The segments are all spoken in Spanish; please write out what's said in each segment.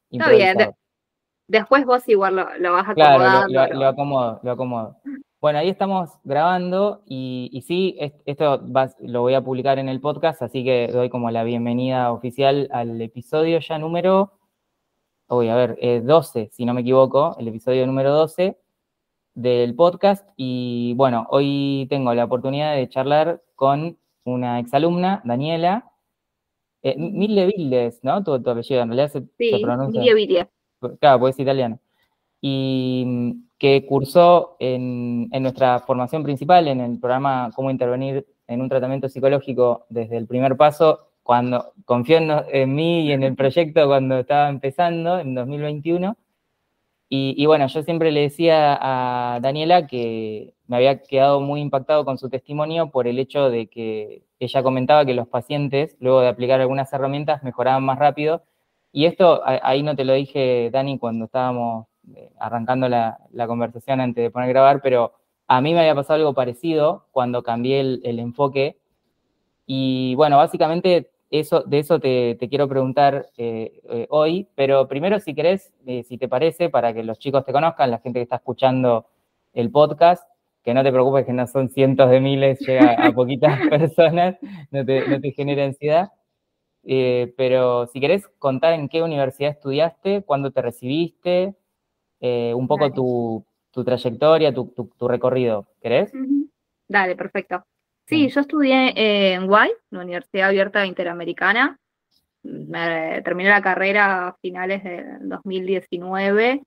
Está bien, improvisado. después vos igual lo vas Claro, acomodando. lo acomodo, lo acomodo. Bueno, ahí estamos grabando y sí, esto lo voy a publicar en el podcast, así que doy como la bienvenida oficial al episodio ya número, voy a ver, 12, si no me equivoco, el episodio número 12 del podcast. Y bueno, hoy tengo la oportunidad de charlar con una exalumna, Daniela, Mille Vildes, ¿no? Tu apellido, en realidad se Sí, pronuncia, Miria Viria. claro, pues es italiano. Y que cursó en nuestra formación principal, en el programa Cómo intervenir en un tratamiento psicológico desde el primer paso, cuando confió en mí y en el proyecto cuando estaba empezando, en 2021. Y bueno, yo siempre le decía a Daniela que me había quedado muy impactado con su testimonio por el hecho de que ella comentaba que los pacientes, luego de aplicar algunas herramientas, mejoraban más rápido. Y esto, ahí no te lo dije, Dani, cuando estábamos arrancando la conversación antes de poner a grabar, pero a mí me había pasado algo parecido cuando cambié el enfoque. Y bueno, básicamente de eso te quiero preguntar hoy, pero primero si querés, si te parece, para que los chicos te conozcan, la gente que está escuchando el podcast, que no te preocupes que no son cientos de miles, llega a poquitas personas, no te genera ansiedad, pero si querés contar en qué universidad estudiaste, cuándo te recibiste, un poco Dale. tu trayectoria, tu recorrido, ¿querés? Ujú. Dale, perfecto. Sí, Bien. yo estudié en UAI, la Universidad Abierta Interamericana. Terminé la carrera a finales del 2019.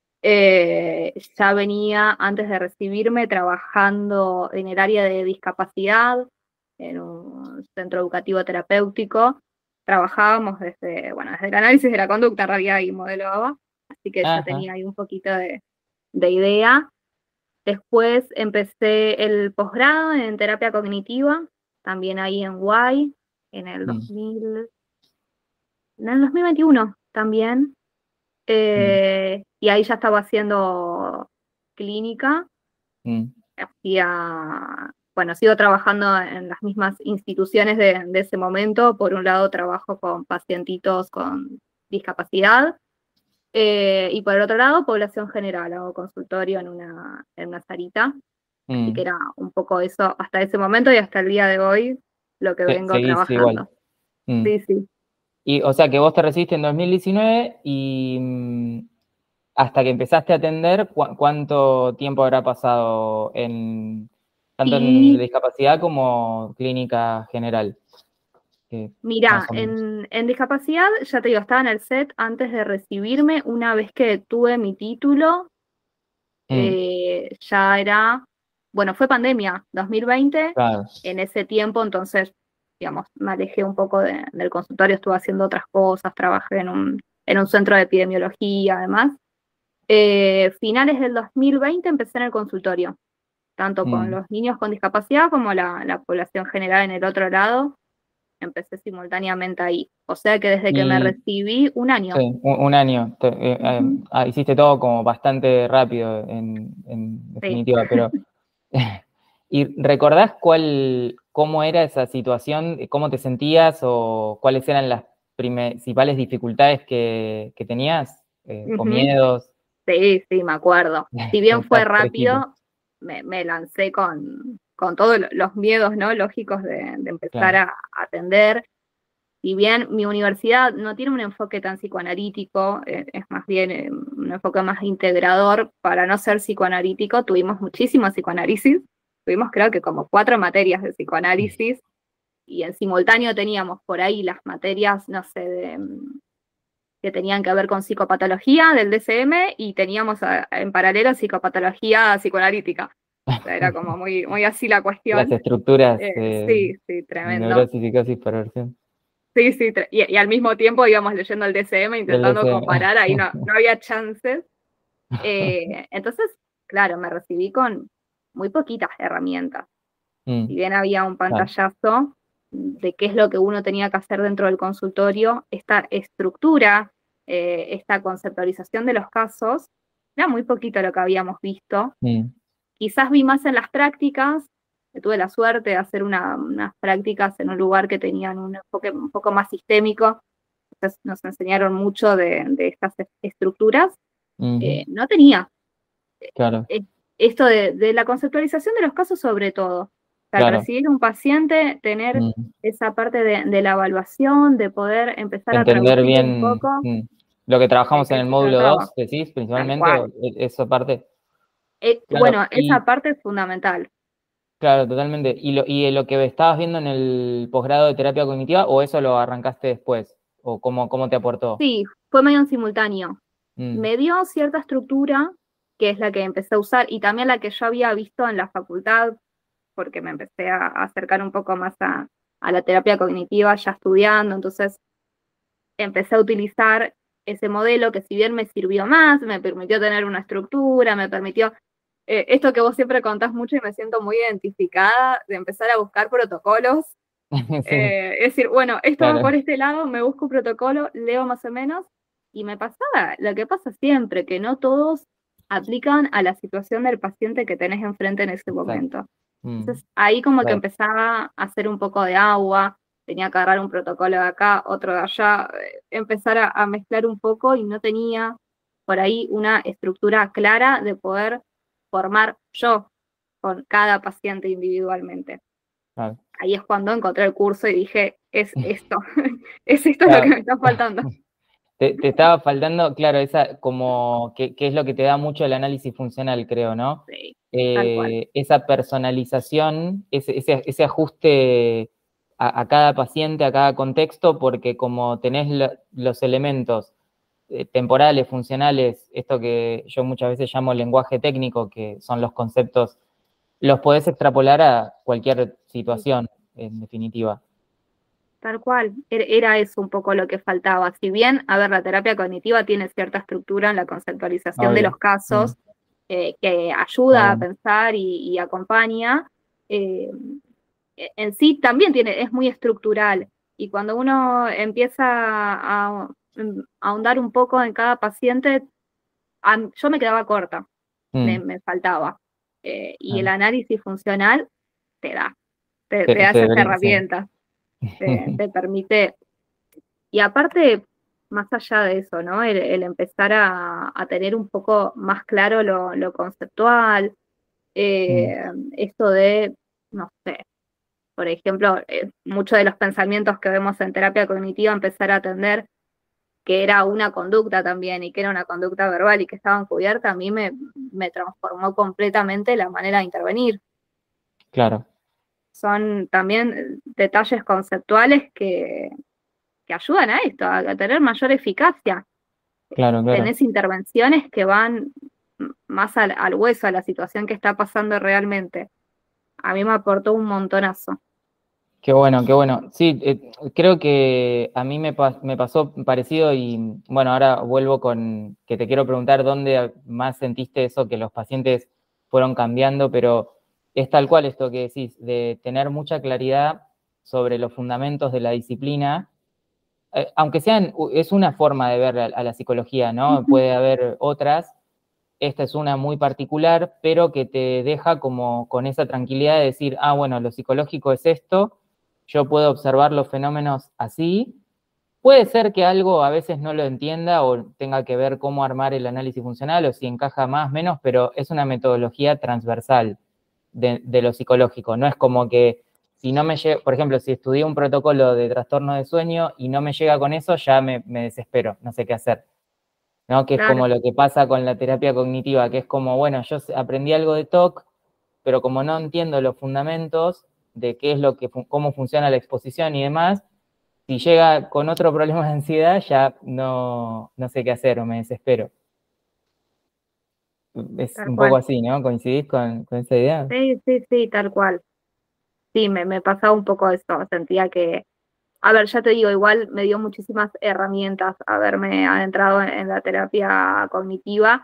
Ya venía, antes de recibirme, trabajando en el área de discapacidad, en un centro educativo terapéutico. Trabajábamos desde el análisis de la conducta, en realidad, y modelo ABA, así que ya Ajá. tenía ahí un poquito de idea. Después empecé el posgrado en terapia cognitiva, también ahí en UAI, en el Mm, 2000, en el 2021 también. mm, Y ahí ya estaba haciendo clínica, mm. sigo trabajando en las mismas instituciones de ese momento. Por un lado trabajo con pacientitos con discapacidad, y por el otro lado población general, hago consultorio en una salita. Así que Mm. era un poco eso hasta ese momento y hasta el día de hoy lo que vengo Seguís igual. trabajando. Mm. Sí, sí. Y, o sea, que vos te recibiste en 2019 y hasta que empezaste a atender, ¿cuánto tiempo habrá pasado tanto en Y discapacidad como clínica general? Más mira, o menos. en discapacidad, ya te digo, estaba en el set antes de recibirme. Una vez que tuve mi título, Mm, ya era, bueno, fue pandemia, 2020, claro. en ese tiempo, entonces, digamos, me alejé un poco del consultorio, estuve haciendo otras cosas, trabajé en un centro de epidemiología, además. Finales del 2020 empecé en el consultorio, tanto con Mm, los niños con discapacidad como la población general en el otro lado. Empecé simultáneamente ahí. O sea que desde que me y recibí, un año. sí, un año. Ujú. Hiciste todo como bastante rápido, en Sí. definitiva, pero ¿y recordás cómo era esa situación, cómo te sentías o cuáles eran las principales dificultades que tenías, o Ujú. miedos? Sí, sí, me acuerdo. Si bien fue Estás fresquito, rápido, me lancé con todos los miedos, ¿no? Lógicos de empezar claro. a atender. Si bien mi universidad no tiene un enfoque tan psicoanalítico, es más bien un enfoque más integrador. Para no ser psicoanalítico, tuvimos muchísimo psicoanálisis. Tuvimos creo que como 4 materias de psicoanálisis, y en simultáneo teníamos por ahí las materias, no sé, que tenían que ver con psicopatología del DSM, y teníamos en paralelo psicopatología psicoanalítica. O sea, era como muy, muy así la Las cuestión. estructuras, Sí, sí, tremendo. neurosis, psicosis, perversión. Sí, sí, y al mismo tiempo íbamos leyendo el DSM Del intentando deseo. comparar, ahí no había chances. Entonces, claro, me recibí con muy poquitas herramientas. Si Mm, bien había un claro. pantallazo de qué es lo que uno tenía que hacer dentro del consultorio, esta estructura, esta conceptualización de los casos, era muy poquito lo que habíamos visto. Mm, Quizás vi más en las prácticas, tuve la suerte de hacer unas prácticas en un lugar que tenían un enfoque un poco más sistémico, nos enseñaron mucho de estas estructuras, Ujú, no tenía claro, esto de la conceptualización de los casos sobre todo. O sea, al claro. recibir un paciente, tener Mm. esa parte de la evaluación, de poder empezar a Entender traducir un bien poco lo que de trabajamos en qué el se módulo trataba, 2 decís, tal principalmente, o cual. esa parte. Claro, Bueno, esa y parte es fundamental. claro, totalmente. Y lo que estabas viendo en el posgrado de terapia cognitiva, o eso lo arrancaste después? ¿O cómo te aportó? Sí, fue medio en simultáneo. Mm, Me dio cierta estructura, que es la que empecé a usar, y también la que yo había visto en la facultad, porque me empecé a acercar un poco más a la terapia cognitiva ya estudiando, entonces empecé a utilizar ese modelo que si bien me sirvió más, me permitió tener una estructura, me permitió esto que vos siempre contás mucho y me siento muy identificada, de empezar a buscar protocolos. sí, Es decir, bueno, esto va por claro, este lado, me busco un protocolo, leo más o menos, y me pasaba lo que pasa siempre, que no todos aplican a la situación del paciente que tenés enfrente en ese exacto. momento. Mm, Entonces ahí como que re, empezaba a hacer un poco de agua, tenía que agarrar un protocolo de acá, otro de allá, empezar a mezclar un poco y no tenía por ahí una estructura clara de poder formar yo con cada paciente individualmente. claro. Ahí es cuando encontré el curso y dije, es esto, es esto lo que Claro, me está faltando. te estaba faltando, claro, esa como que es lo que te da mucho el análisis funcional, creo, ¿no? Sí, tal cual. Esa personalización, ese ajuste a cada paciente, a cada contexto, porque como tenés los elementos temporales, funcionales, esto que yo muchas veces llamo lenguaje técnico, que son los conceptos, los podés extrapolar a cualquier situación, en definitiva. Tal cual, era eso un poco lo que faltaba. Si bien, a ver, la terapia cognitiva tiene cierta estructura en la conceptualización de Obvio. los casos, que Está ayuda a bueno. pensar y acompaña, eh, en sí también es muy estructural. Y cuando uno empieza a ahondar un poco en cada paciente, yo me quedaba corta, Mm, me faltaba. Y el claro. análisis funcional te da, te da Te esas brinda, sí. herramientas, te permite. Y aparte, más allá de eso, ¿no? El empezar a tener un poco más claro lo conceptual, Mm, esto de, no sé, por ejemplo, muchos de los pensamientos que vemos en terapia cognitiva, empezar a atender que era una conducta también y que era una conducta verbal y que estaban cubiertas, a mí me transformó completamente la manera de intervenir. claro, Son también detalles conceptuales que ayudan a esto, a tener mayor eficacia. claro, claro. Tenés intervenciones que van más al hueso, a la situación que está pasando realmente. A mí me aportó un montonazo. Qué bueno, qué bueno. Sí, creo que a mí me pasó parecido y bueno, ahora vuelvo con que te quiero preguntar dónde más sentiste eso, que los pacientes fueron cambiando, pero es tal cual esto que decís, de tener mucha claridad sobre los fundamentos de la disciplina, aunque sean, es una forma de ver a la psicología, ¿no? Ujú. Puede haber otras, esta es una muy particular, pero que te deja como con esa tranquilidad de decir, ah, bueno, lo psicológico es esto, yo puedo observar los fenómenos así. Puede ser que algo a veces no lo entienda o tenga que ver cómo armar el análisis funcional o si encaja más, menos, pero es una metodología transversal de lo psicológico. No es como que si no me llega, por ejemplo, si estudié un protocolo de trastorno de sueño y no me llega con eso, ya me desespero, no sé qué hacer. ¿No? Que es Claro, como lo que pasa con la terapia cognitiva, que es como, bueno, yo aprendí algo de TOC, pero como no entiendo los fundamentos de qué es lo que, cómo funciona la exposición y demás, si llega con otro problema de ansiedad, ya no sé qué hacer o me desespero. Es tal un poco cual. así, ¿no? ¿Coincidís con esa idea? Sí, sí, sí, tal cual. Sí, me pasaba un poco eso. Sentía que, a ver, ya te digo, igual me dio muchísimas herramientas haberme adentrado en la terapia cognitiva,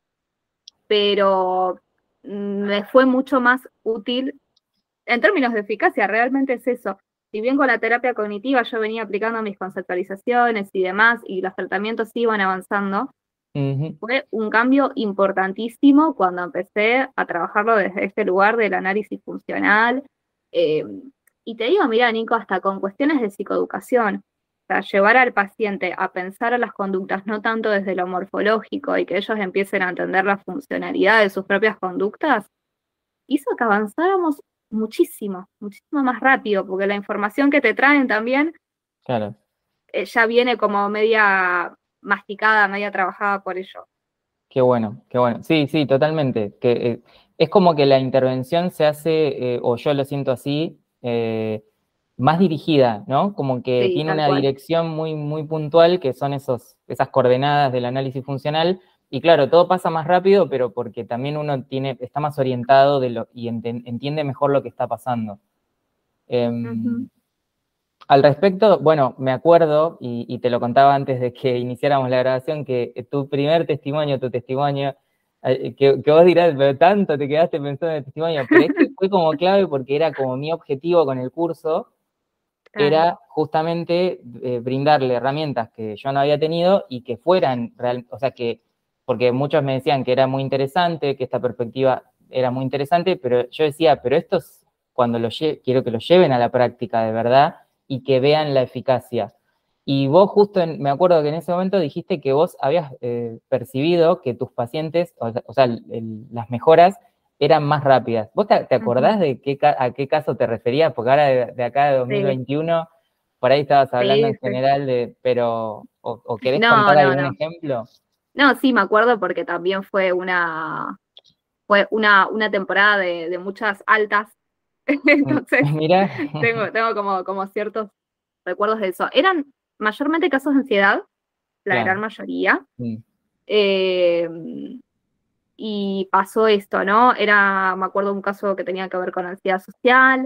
pero me fue mucho más útil en términos de eficacia, realmente es eso. Si bien con la terapia cognitiva yo venía aplicando mis conceptualizaciones y demás, y los tratamientos iban avanzando, Ujú, fue un cambio importantísimo cuando empecé a trabajarlo desde este lugar del análisis funcional. Eh, y te digo, mira, Nico, hasta con cuestiones de psicoeducación. O sea, llevar al paciente a pensar a las conductas no tanto desde lo morfológico y que ellos empiecen a entender la funcionalidad de sus propias conductas, hizo que avanzáramos muchísimo, muchísimo más rápido, porque la información que te traen también Claro. Ya viene como media masticada, media trabajada por ellos. Qué bueno, qué bueno. Sí, sí, totalmente. Es como que la intervención se hace, o yo lo siento así, más dirigida, ¿no? Como que Sí, tiene tal una cual. dirección muy, muy puntual, que son esas coordenadas del análisis funcional. Y claro, todo pasa más rápido, pero porque también uno está más orientado y entiende mejor lo que está pasando. Ujú. Al respecto, bueno, me acuerdo, y te lo contaba antes de que iniciáramos la grabación, que tu primer testimonio, que vos dirás, pero tanto te quedaste pensando en el testimonio, pero es que fue como clave porque era como mi objetivo con el curso, Claro. era justamente brindarle herramientas que yo no había tenido y que fueran real, o sea, porque muchos me decían que era muy interesante, que esta perspectiva era muy interesante, pero yo decía, pero esto es cuando quiero que lo lleven a la práctica de verdad y que vean la eficacia. Y vos justo, me acuerdo que en ese momento dijiste que vos habías percibido que tus pacientes, o sea, las mejoras eran más rápidas. ¿Vos te Ujú. acordás de a qué caso te referías? Porque ahora de acá de Sí, 2021, por ahí estabas hablando sí, en sí. general o querés No, contar no, algún no. ejemplo? No, sí, me acuerdo porque también fue una temporada de muchas altas. Entonces, Mirá, tengo como ciertos recuerdos de eso. Eran mayormente casos de ansiedad, la gran claro. mayoría. Mm, Eh, y pasó esto, ¿no? Me acuerdo un caso que tenía que ver con ansiedad social,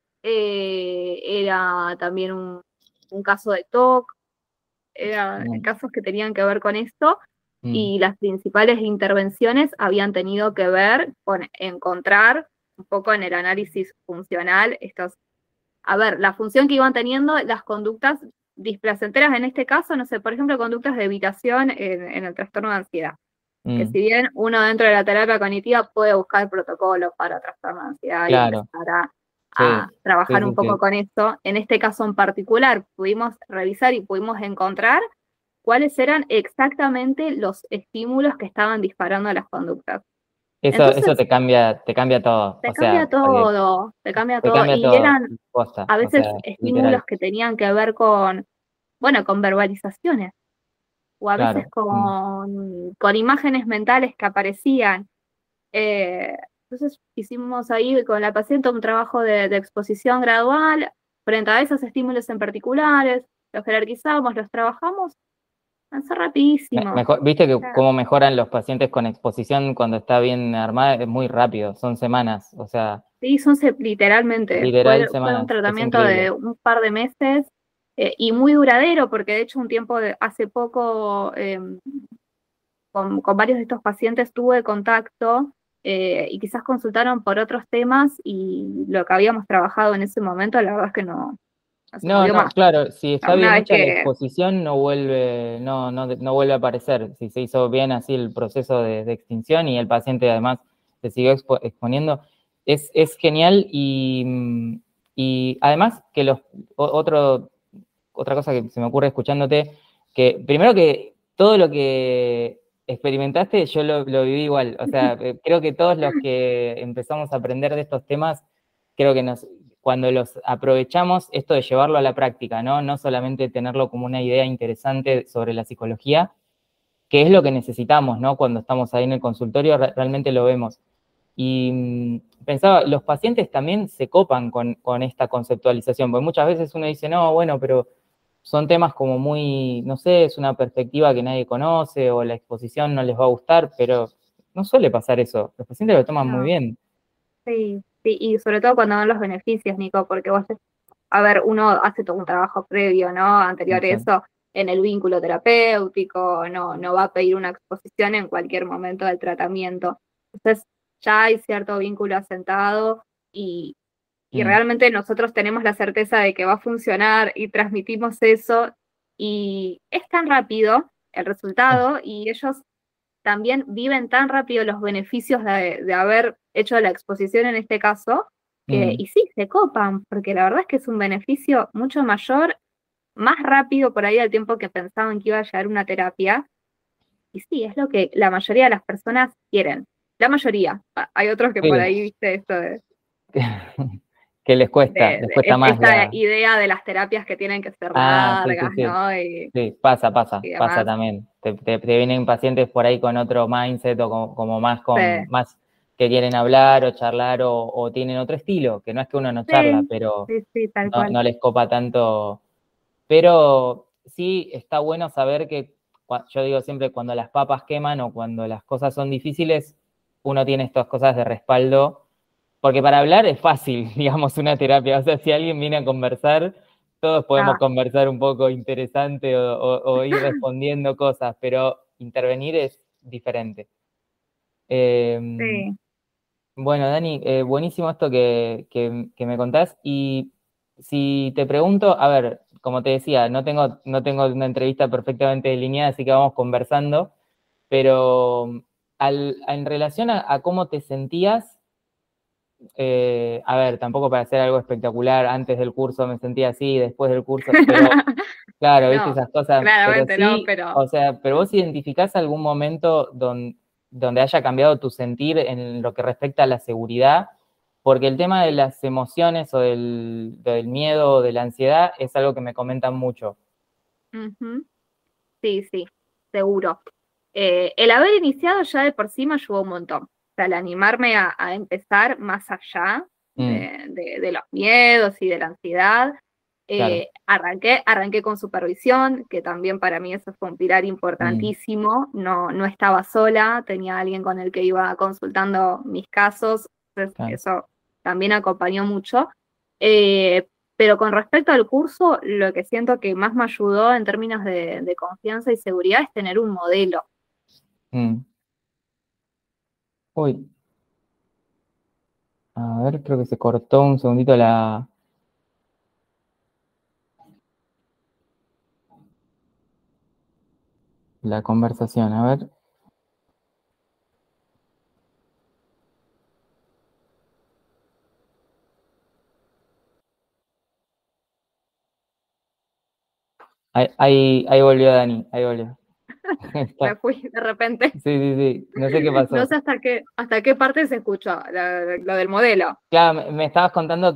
era también un caso de TOC, eran mm, casos que tenían que ver con esto, mm. y las principales intervenciones habían tenido que ver con encontrar un poco en el análisis funcional a ver, la función que iban teniendo las conductas displacenteras en este caso, no sé, por ejemplo, conductas de evitación en el trastorno de ansiedad, que Mm, si bien uno dentro de la terapia cognitiva puede buscar protocolos para trastorno de ansiedad y claro, empezar sí, a sí, trabajar un sí, poco sí. con esto, en este caso en particular pudimos revisar y pudimos encontrar cuáles eran exactamente los estímulos que estaban disparando las conductas. Eso Entonces, te cambia todo, te o cambia sea, porque todo, te cambia te todo. cambia Y todo, eran posta, a o veces sea, estímulos literal, que tenían que ver con, bueno, con verbalizaciones, o a veces claro. Mm. con imágenes mentales que aparecían. Eh, entonces hicimos ahí con la paciente un trabajo de exposición gradual frente a esos estímulos en particulares, los jerarquizamos, los trabajamos, avanzó rapidísimo. Viste O que sea, cómo mejoran los pacientes con exposición cuando está bien armada, es muy rápido, son semanas, o sea, sí, literalmente, literal fue un semanas, es tratamiento de increíble. un par de meses, y muy duradero, porque de hecho hace poco, con varios de estos pacientes tuve contacto, y quizás consultaron por otros temas y lo que habíamos trabajado en ese momento, la verdad es que no se No, movió no, más. claro, si está Una bien vez hecha la que, exposición, no vuelve a aparecer. Si se hizo bien así el proceso de extinción y el paciente además se siguió exponiendo, es genial y además que otra cosa que se me ocurre escuchándote, que primero que todo lo que experimentaste yo lo viví igual, o sea, creo que todos los que empezamos a aprender de estos temas, creo que cuando los aprovechamos, esto de llevarlo a la práctica, ¿no? No solamente tenerlo como una idea interesante sobre la psicología, que es lo que necesitamos, ¿no? Cuando estamos ahí en el consultorio, realmente lo vemos. Y pensaba, los pacientes también se copan con esta conceptualización, porque muchas veces uno dice, no, bueno, pero son temas como muy, no sé, es una perspectiva que nadie conoce o la exposición no les va a gustar, pero no suele pasar eso. Los pacientes lo toman muy no, bien. sí, sí, y sobre todo cuando ven los beneficios, Nico, porque a ver, uno hace todo un trabajo previo, ¿no? Anterior a Eso. eso, en el vínculo terapéutico, no va a pedir una exposición en cualquier momento del tratamiento. Entonces, ya hay cierto vínculo asentado y Mm, realmente nosotros tenemos la certeza de que va a funcionar y transmitimos eso y es tan rápido el resultado y ellos también viven tan rápido los beneficios de haber hecho la exposición en este caso, mm, y sí, se copan, porque la verdad es que es un beneficio mucho mayor, más rápido por ahí al tiempo que pensaban que iba a llegar una terapia. Y sí, es lo que la mayoría de las personas quieren. La mayoría. Hay otros que por Sí. ahí, viste, esto Que les cuesta más esta la... idea de las terapias que tienen que ser Ah, sí, sí, largas, sí. ¿no? Sí, Y pasa demás. también. Te vienen pacientes por ahí con otro mindset o como más Sí, más que quieren hablar o charlar o tienen otro estilo, que no es que uno no charla, sí, pero sí, sí, tal cual. no les copa tanto. Pero sí está bueno saber que, yo digo siempre, cuando las papas queman o cuando las cosas son difíciles, uno tiene estas cosas de respaldo, porque para hablar es fácil, digamos, una terapia. O sea, si alguien viene a conversar, todos podemos Ah, conversar un poco interesante o ir respondiendo cosas, pero intervenir es diferente. Eh, sí. bueno, Dani, buenísimo esto que me contás. Y si te pregunto, a ver, como te decía, no tengo una entrevista perfectamente delineada, así que vamos conversando, pero en relación a cómo te sentías, a ver, tampoco para hacer algo espectacular, antes del curso me sentía así, después del curso, pero claro, viste No, esas cosas, pero claramente no, sí, pero o sea, pero vos identificás algún momento donde haya cambiado tu sentir en lo que respecta a la seguridad, porque el tema de sí. las emociones o del miedo o de la ansiedad es algo que me comentan mucho. Ujú. Sí, sí, seguro. El haber iniciado ya de por sí me ayudó un montón. O sea, el animarme a empezar más allá Mm, de los miedos y de la ansiedad. claro. Arranqué con supervisión, que también para mí eso fue un pilar Mm, importantísimo. No, no estaba sola, tenía alguien con el que iba consultando mis casos. Entonces, claro. eso también acompañó mucho. Eh, pero con respecto al curso, lo que siento que más me ayudó en términos de confianza y seguridad es tener un modelo. Mm. Uy, a ver, creo que se cortó un segundito la conversación. A ver. Ahí volvió Dani, ahí volvió. Me Está. fui de repente. Sí, sí, sí, no sé qué No pasó. sé hasta qué parte se escuchó lo del modelo. Claro, me estabas contando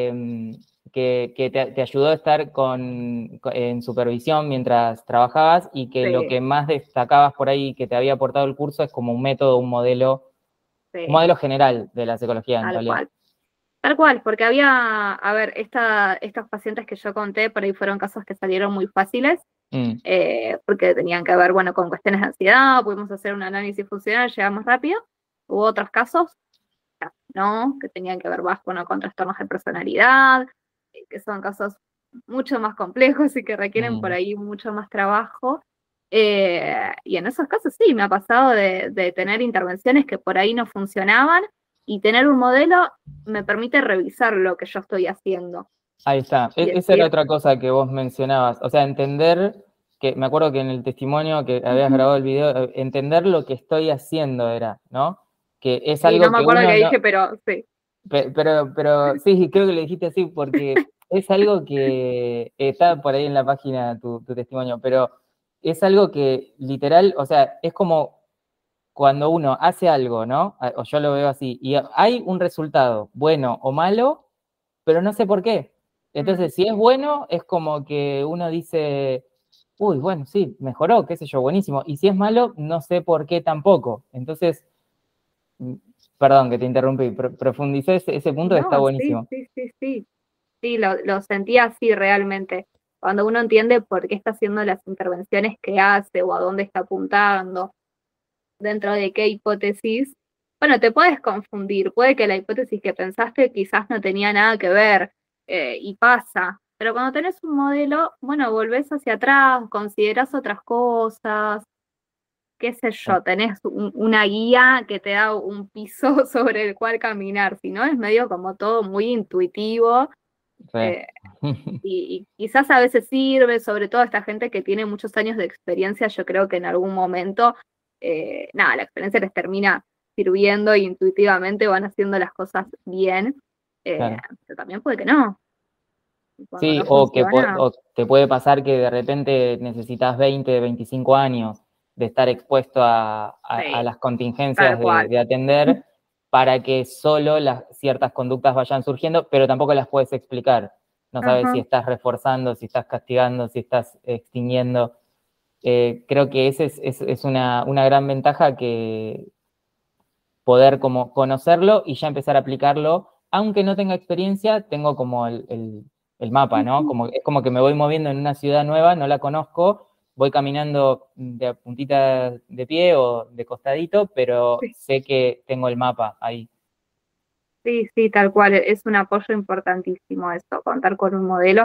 que te ayudó a estar en supervisión mientras trabajabas y que lo Sí, que más destacabas por ahí que te había aportado el curso es como un método, un sí, modelo general de la psicología en tal realidad. cual. Tal cual, porque había, a ver, estos pacientes que yo conté, por ahí fueron casos que salieron muy fáciles, Mm, porque tenían que ver, bueno, con cuestiones de ansiedad, pudimos hacer un análisis funcional, llegamos rápido. Hubo otros casos, ¿no? Que tenían que ver más, bueno, con trastornos de personalidad, que son casos mucho más complejos y que requieren por mm. ahí mucho más trabajo. Y en esos casos sí, me ha pasado de tener intervenciones que por ahí no funcionaban y tener un modelo me permite revisar lo que yo estoy haciendo Ahí está. y Esa era decir, otra cosa que vos mencionabas. O sea, entender que, me acuerdo que en el testimonio que habías ujú. grabado el video, entender lo que estoy haciendo era, ¿no? Que es Sí, no algo me que acuerdo qué uno no, dije, pero sí. pero sí, creo que lo dijiste así porque es algo que está por ahí en la página tu testimonio, pero es algo que literal, o sea, es como cuando uno hace algo, ¿no? O yo lo veo así, y hay un resultado, bueno o malo, pero no sé por qué. Mm, Entonces, si es bueno, es como que uno dice, uy, bueno, sí, mejoró, qué sé yo, buenísimo. Y si es malo, no sé por qué tampoco. Entonces, mm, perdón que te interrumpí, profundicé ese punto que está no, sí, buenísimo. sí, sí, sí. Sí, lo sentí así realmente. Cuando uno entiende por qué está haciendo las intervenciones que hace o a dónde está apuntando, dentro de qué hipótesis, bueno, te puedes confundir. Puede que la hipótesis que pensaste quizás no tenía nada que ver, y pasa. Pero cuando tenés un modelo, bueno, volvés hacia atrás, considerás otras cosas, qué sé Sí, yo, tenés una guía que te da un piso sobre el cual caminar, si no es medio como todo muy intuitivo. re. eh, y quizás a veces sirve, sobre todo esta gente que tiene muchos años de experiencia, yo creo que en algún momento, nada, la experiencia les termina sirviendo e intuitivamente van haciendo las cosas bien, Claro. pero también puede que no. Y cuando Sí, no funciona, o te puede pasar que de repente necesitas 20, 25 años de estar expuesto a sí, las contingencias tal cual. de atender para que solo ciertas conductas vayan surgiendo, pero tampoco las puedes explicar. No sabes si Ajá. estás reforzando, si estás castigando, si estás extinguiendo. Creo que esa es una gran ventaja, que poder como conocerlo y ya empezar a aplicarlo. Aunque no tenga experiencia, tengo como el mapa, ¿no? Es como que me voy moviendo en una ciudad nueva, no la conozco, voy caminando de a puntita de pie o de costadito, pero Sí, sé que tengo el mapa ahí. sí, sí, tal cual. Es un apoyo importantísimo eso, contar con un modelo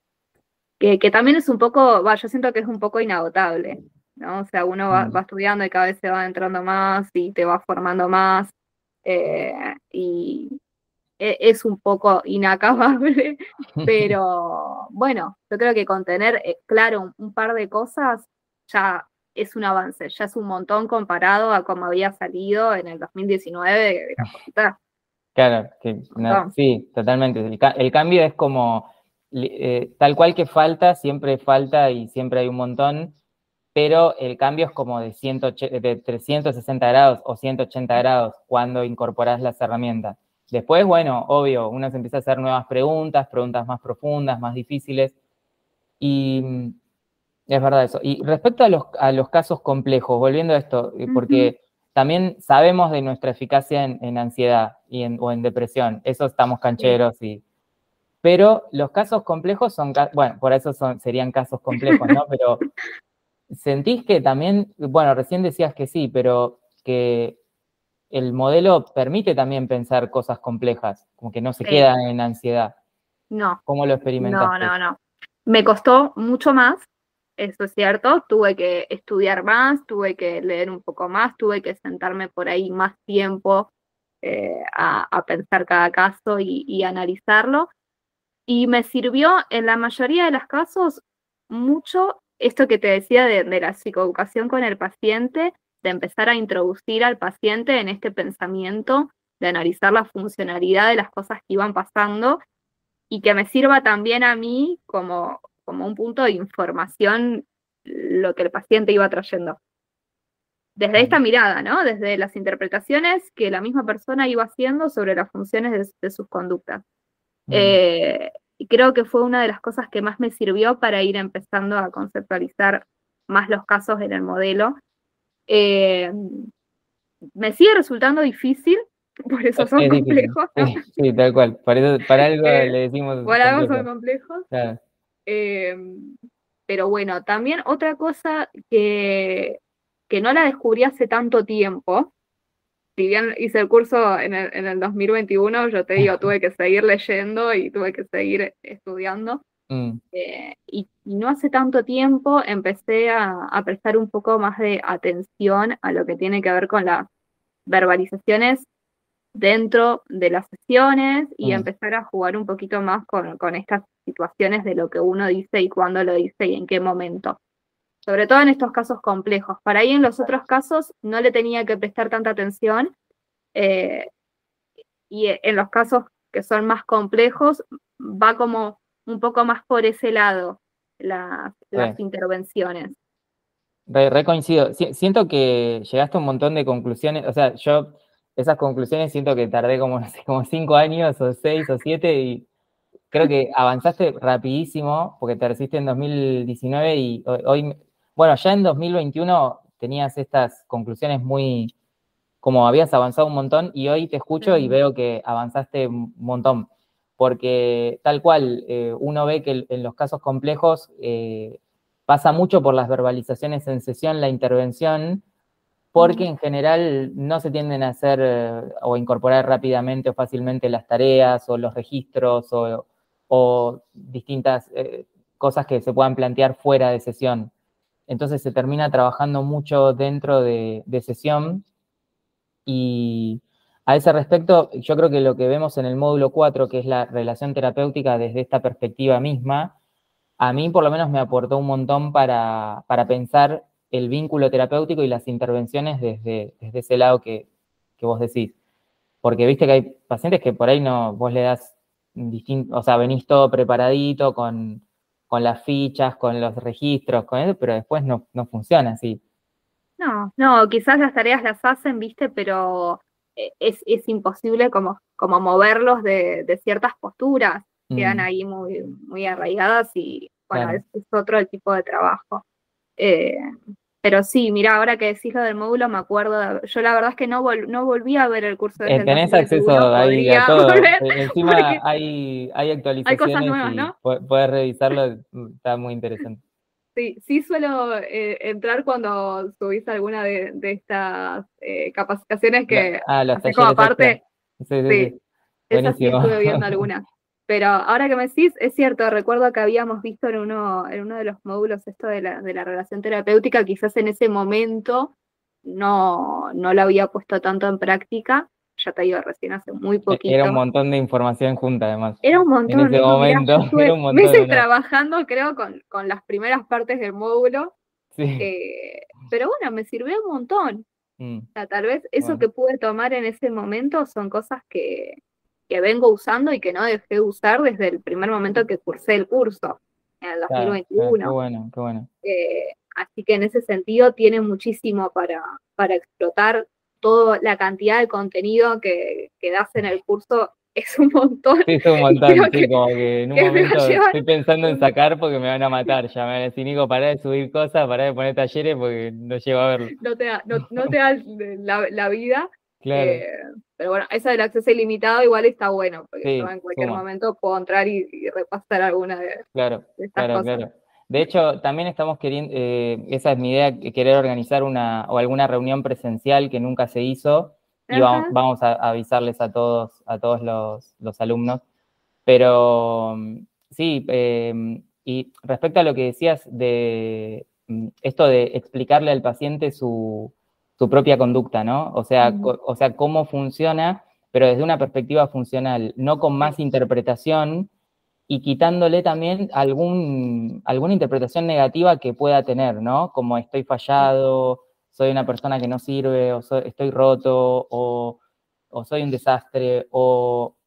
que también es un poco, yo siento que es un poco inagotable, ¿no? O sea, uno va Mm. estudiando y cada vez se va entrando más y te va formando más, eh, y es un poco inacabable, pero bueno, yo creo que con tener claro un par de cosas ya es un avance, ya es un montón comparado a cómo había salido en el 2019 de la facultad. Claro, que Un montón. sí, totalmente. El cambio es como tal cual, que siempre falta y siempre hay un montón, pero el cambio es como de 360 grados o 180 grados cuando incorporas las herramientas. Después, bueno, obvio, uno se empieza a hacer nuevas preguntas, preguntas más profundas, más difíciles, y es verdad eso. Y respecto a los casos complejos, volviendo a esto, Ujú. porque también sabemos de nuestra eficacia en ansiedad o en depresión, eso estamos Sí. cancheros, pero los casos complejos bueno, por eso serían casos complejos, ¿no? Pero ¿sentís que también, bueno, recién decías que sí, pero que el modelo permite también pensar cosas complejas, como que no se Sí, queda en ansiedad? no, ¿Cómo lo no, experimentaste? no, no. Me costó mucho más, eso es cierto, tuve que estudiar más, tuve que leer un poco más, tuve que sentarme por ahí más tiempo a pensar cada caso y analizarlo. Y me sirvió en la mayoría de los casos mucho esto que te decía de la psicoeducación con el paciente, de empezar a introducir al paciente en este pensamiento, de analizar la funcionalidad de las cosas que iban pasando y que me sirva también a mí como un punto de información lo que el paciente iba trayendo. Desde esta mirada, ¿no? Desde las interpretaciones que la misma persona iba haciendo sobre las funciones de sus conductas. Mm, Y creo que fue una de las cosas que más me sirvió para ir empezando a conceptualizar más los casos en el modelo. Eh, Me sigue resultando difícil, por eso son es difícil, complejos, ¿no? sí, sí, tal cual. Para algo Eh, le decimos por algo son complejo. complejos. Claro. Eh, pero bueno, también otra cosa que no la descubrí hace tanto tiempo, si bien hice el curso en el 2021, yo te digo, tuve que seguir leyendo y tuve que seguir estudiando. Mm, Y no hace tanto tiempo empecé a prestar un poco más de atención a lo que tiene que ver con las verbalizaciones dentro de las sesiones y mm, empezar a jugar un poquito más con estas situaciones de lo que uno dice y cuándo lo dice y en qué momento. Sobre todo en estos casos complejos. Para ahí en los otros casos no le tenía que prestar tanta atención, eh, y en los casos que son más complejos va como un poco más por ese lado las re. intervenciones. Re coincido. Siento que llegaste a un montón de conclusiones. O sea, yo esas conclusiones siento que tardé como, no sé, como 5 años o 6 o 7, y creo que avanzaste rapidísimo porque te recibiste en 2019 y hoy, bueno, ya en 2021 tenías estas conclusiones muy, como habías avanzado un montón, y hoy te escucho y Sí. veo que avanzaste un montón, porque tal cual, uno ve que en los casos complejos pasa mucho por las verbalizaciones en sesión, la intervención, porque Mm. en general no se tienden a hacer o incorporar rápidamente o fácilmente las tareas o los registros o distintas cosas que se puedan plantear fuera de sesión. Entonces se termina trabajando mucho dentro de sesión, y a ese respecto, yo creo que lo que vemos en el módulo 4, que es la relación terapéutica desde esta perspectiva misma, a mí por lo menos me aportó un montón para pensar el vínculo terapéutico y las intervenciones desde ese lado que vos decís. Porque viste que hay pacientes que por ahí no, vos le das o sea, venís todo preparadito con las fichas, con los registros, con eso, pero después no funciona así. No, quizás las tareas las hacen, viste, pero es imposible como moverlos de ciertas posturas, quedan ahí muy, muy arraigadas y bueno, Claro. es otro el tipo de trabajo. Eh, pero sí, mira, ahora que decís lo del módulo, me acuerdo, yo la verdad es que no volví a ver el curso desde el Tenés acceso 2021, ahí a podría todo. volver, Encima porque hay hay cosas actualizaciones nuevas, y ¿no? podés revisarlo, está muy interesante. Sí suelo entrar cuando subís alguna de estas capacitaciones que Los haces como talleres extra. aparte, Sí, sí, sí, sí. esas sí Buenísimo. estuve viendo algunas. Pero ahora que me decís, es cierto, recuerdo que habíamos visto en uno de los módulos esto de la relación terapéutica, quizás en ese momento no lo había puesto tanto en práctica, ya te digo, recién hace muy Era un poquito. montón de información junta, además. Era un En montón, ese ¿no? Mirá, momento, yo era estuve un montón, ¿o meses no? trabajando, creo, con las primeras partes del módulo. Sí. Pero bueno, me sirvió un montón. Mm, O sea, tal vez eso bueno, que pude tomar en ese momento son cosas que vengo usando y que no dejé de usar desde el primer momento que cursé el curso, en el claro, claro, qué 2021. bueno, qué bueno. Así que en ese sentido tiene muchísimo para explotar. Toda la cantidad de contenido que das en el curso es un montón Sí, es un y creo montón, sí, como que en un que me va a momento llevar estoy pensando en un... sacar porque me van a matar. Ya me van a decir, Nico, pará de subir cosas, pará de poner talleres porque no llego a verlo. no te da la vida. Claro, eh, pero bueno, eso del acceso ilimitado igual está bueno, porque yo sí, en cualquier suma. momento puedo entrar y repasar alguna Claro, de estas claro, cosas. claro. De hecho, también estamos queriendo, esa es mi idea, querer organizar o alguna reunión presencial que nunca se hizo y Ajá. vamos a avisarles a todos los alumnos. Pero sí, y respecto a lo que decías de esto de explicarle al paciente su propia conducta, ¿no? O sea, cómo funciona, pero desde una perspectiva funcional, no con Sí. más interpretación y quitándole también alguna interpretación negativa que pueda tener, ¿no? Como estoy fallado, soy una persona que no sirve, estoy roto, o soy un desastre, o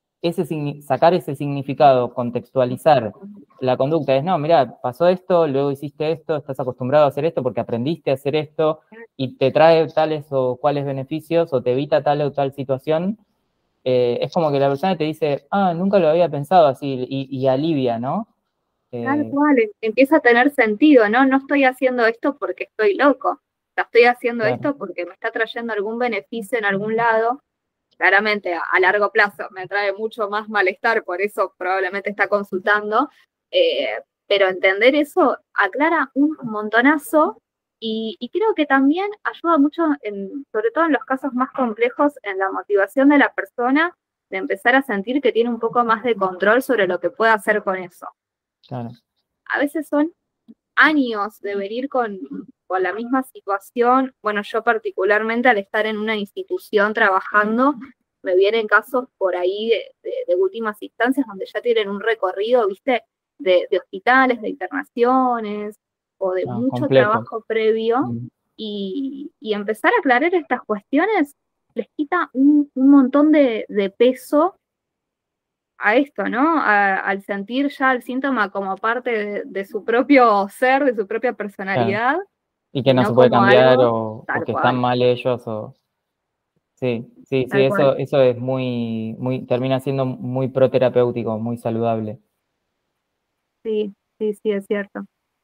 sacar ese significado, contextualizar la conducta, es, no, mira, pasó esto, luego hiciste esto, estás acostumbrado a hacer esto porque aprendiste a hacer esto y te trae tales o cuales beneficios o te evita tal o tal situación, es como que la persona te dice, ah, nunca lo había pensado así, y alivia, ¿no? Tal Eh, cual, empieza a tener sentido, ¿no? No estoy haciendo esto porque estoy loco, o sea, estoy haciendo claro, esto porque me está trayendo algún beneficio en algún lado. Claramente a largo plazo me trae mucho más malestar, por eso probablemente está consultando, eh, pero entender eso aclara un montonazo y creo que también ayuda mucho, sobre todo en los casos más complejos, en la motivación de la persona de empezar a sentir que tiene un poco más de control sobre lo que puede hacer con eso. claro. A veces son años de venir con la misma situación. Bueno, yo particularmente al estar en una institución trabajando, me vienen casos por ahí de últimas instancias donde ya tienen un recorrido, viste, de hospitales, de internaciones o de No, mucho complejo. trabajo previo Mm. y empezar a aclarar estas cuestiones les quita un montón de peso a esto, ¿no? Al sentir ya el síntoma como parte de su propio ser, de su propia Claro. personalidad, Y que y no no se puede como cambiar algo o tal que están cual, mal ellos o... Sí, sí, sí, tal cual. eso es termina siendo muy proterapéutico, muy saludable. Sí, sí, sí, es cierto.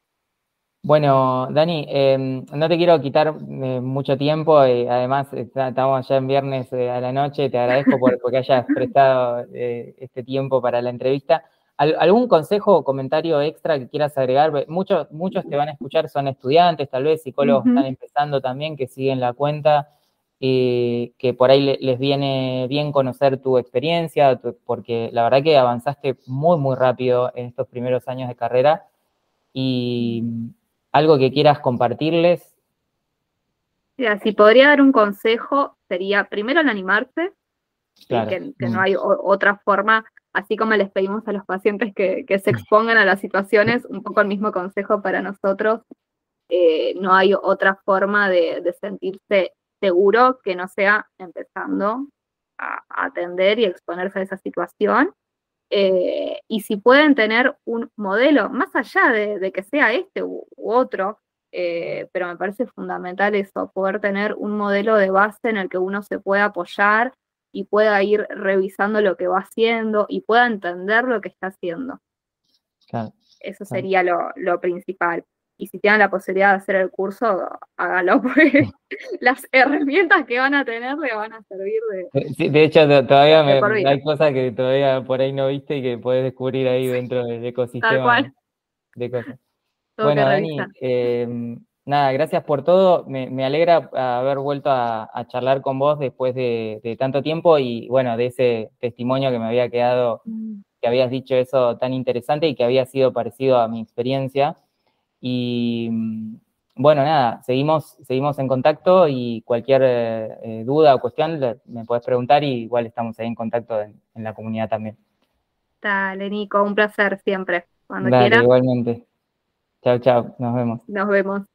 Bueno, Dani, no te quiero quitar mucho tiempo, además estamos ya en viernes a la noche, te agradezco porque hayas prestado este tiempo para la entrevista. ¿Algún consejo o comentario extra que quieras agregar? Muchos te van a escuchar, son estudiantes, tal vez psicólogos que Ujú. están empezando también, que siguen la cuenta, que por ahí les viene bien conocer tu experiencia, porque la verdad que avanzaste muy, muy rápido en estos primeros años de carrera y algo que quieras compartirles. Mira, si podría dar un consejo, sería primero el animarse, ¿sí? Claro. Que no hay otra forma, así como les pedimos a los pacientes que se expongan a las situaciones, un poco el mismo consejo para nosotros. No hay otra forma de sentirse seguro que no sea empezando a atender y exponerse a esa situación. Y si pueden tener un modelo, más allá de que sea este u otro, pero me parece fundamental eso, poder tener un modelo de base en el que uno se pueda apoyar y pueda ir revisando lo que va haciendo y pueda entender lo que está haciendo. Claro, Eso claro. sería lo principal. Y si tienen la posibilidad de hacer el curso, háganlo, porque las herramientas que van a tener le van a servir Sí, de hecho, todavía de por vida. hay cosas que todavía por ahí no viste y que puedes descubrir ahí dentro del Tal ecosistema cual, de cosas. tengo que Bueno, revisar. Dani, nada, gracias por todo. Me alegra haber vuelto a charlar con vos después de tanto tiempo y bueno, de ese testimonio que me había quedado, que habías dicho eso tan interesante y que había sido parecido a mi experiencia. Y bueno, nada, seguimos en contacto y cualquier duda o cuestión me podés preguntar y igual estamos ahí en contacto en la comunidad también. Dale, Nico, un placer siempre. Cuando Dale, quieras, igualmente. Chao, chao, nos vemos. nos vemos.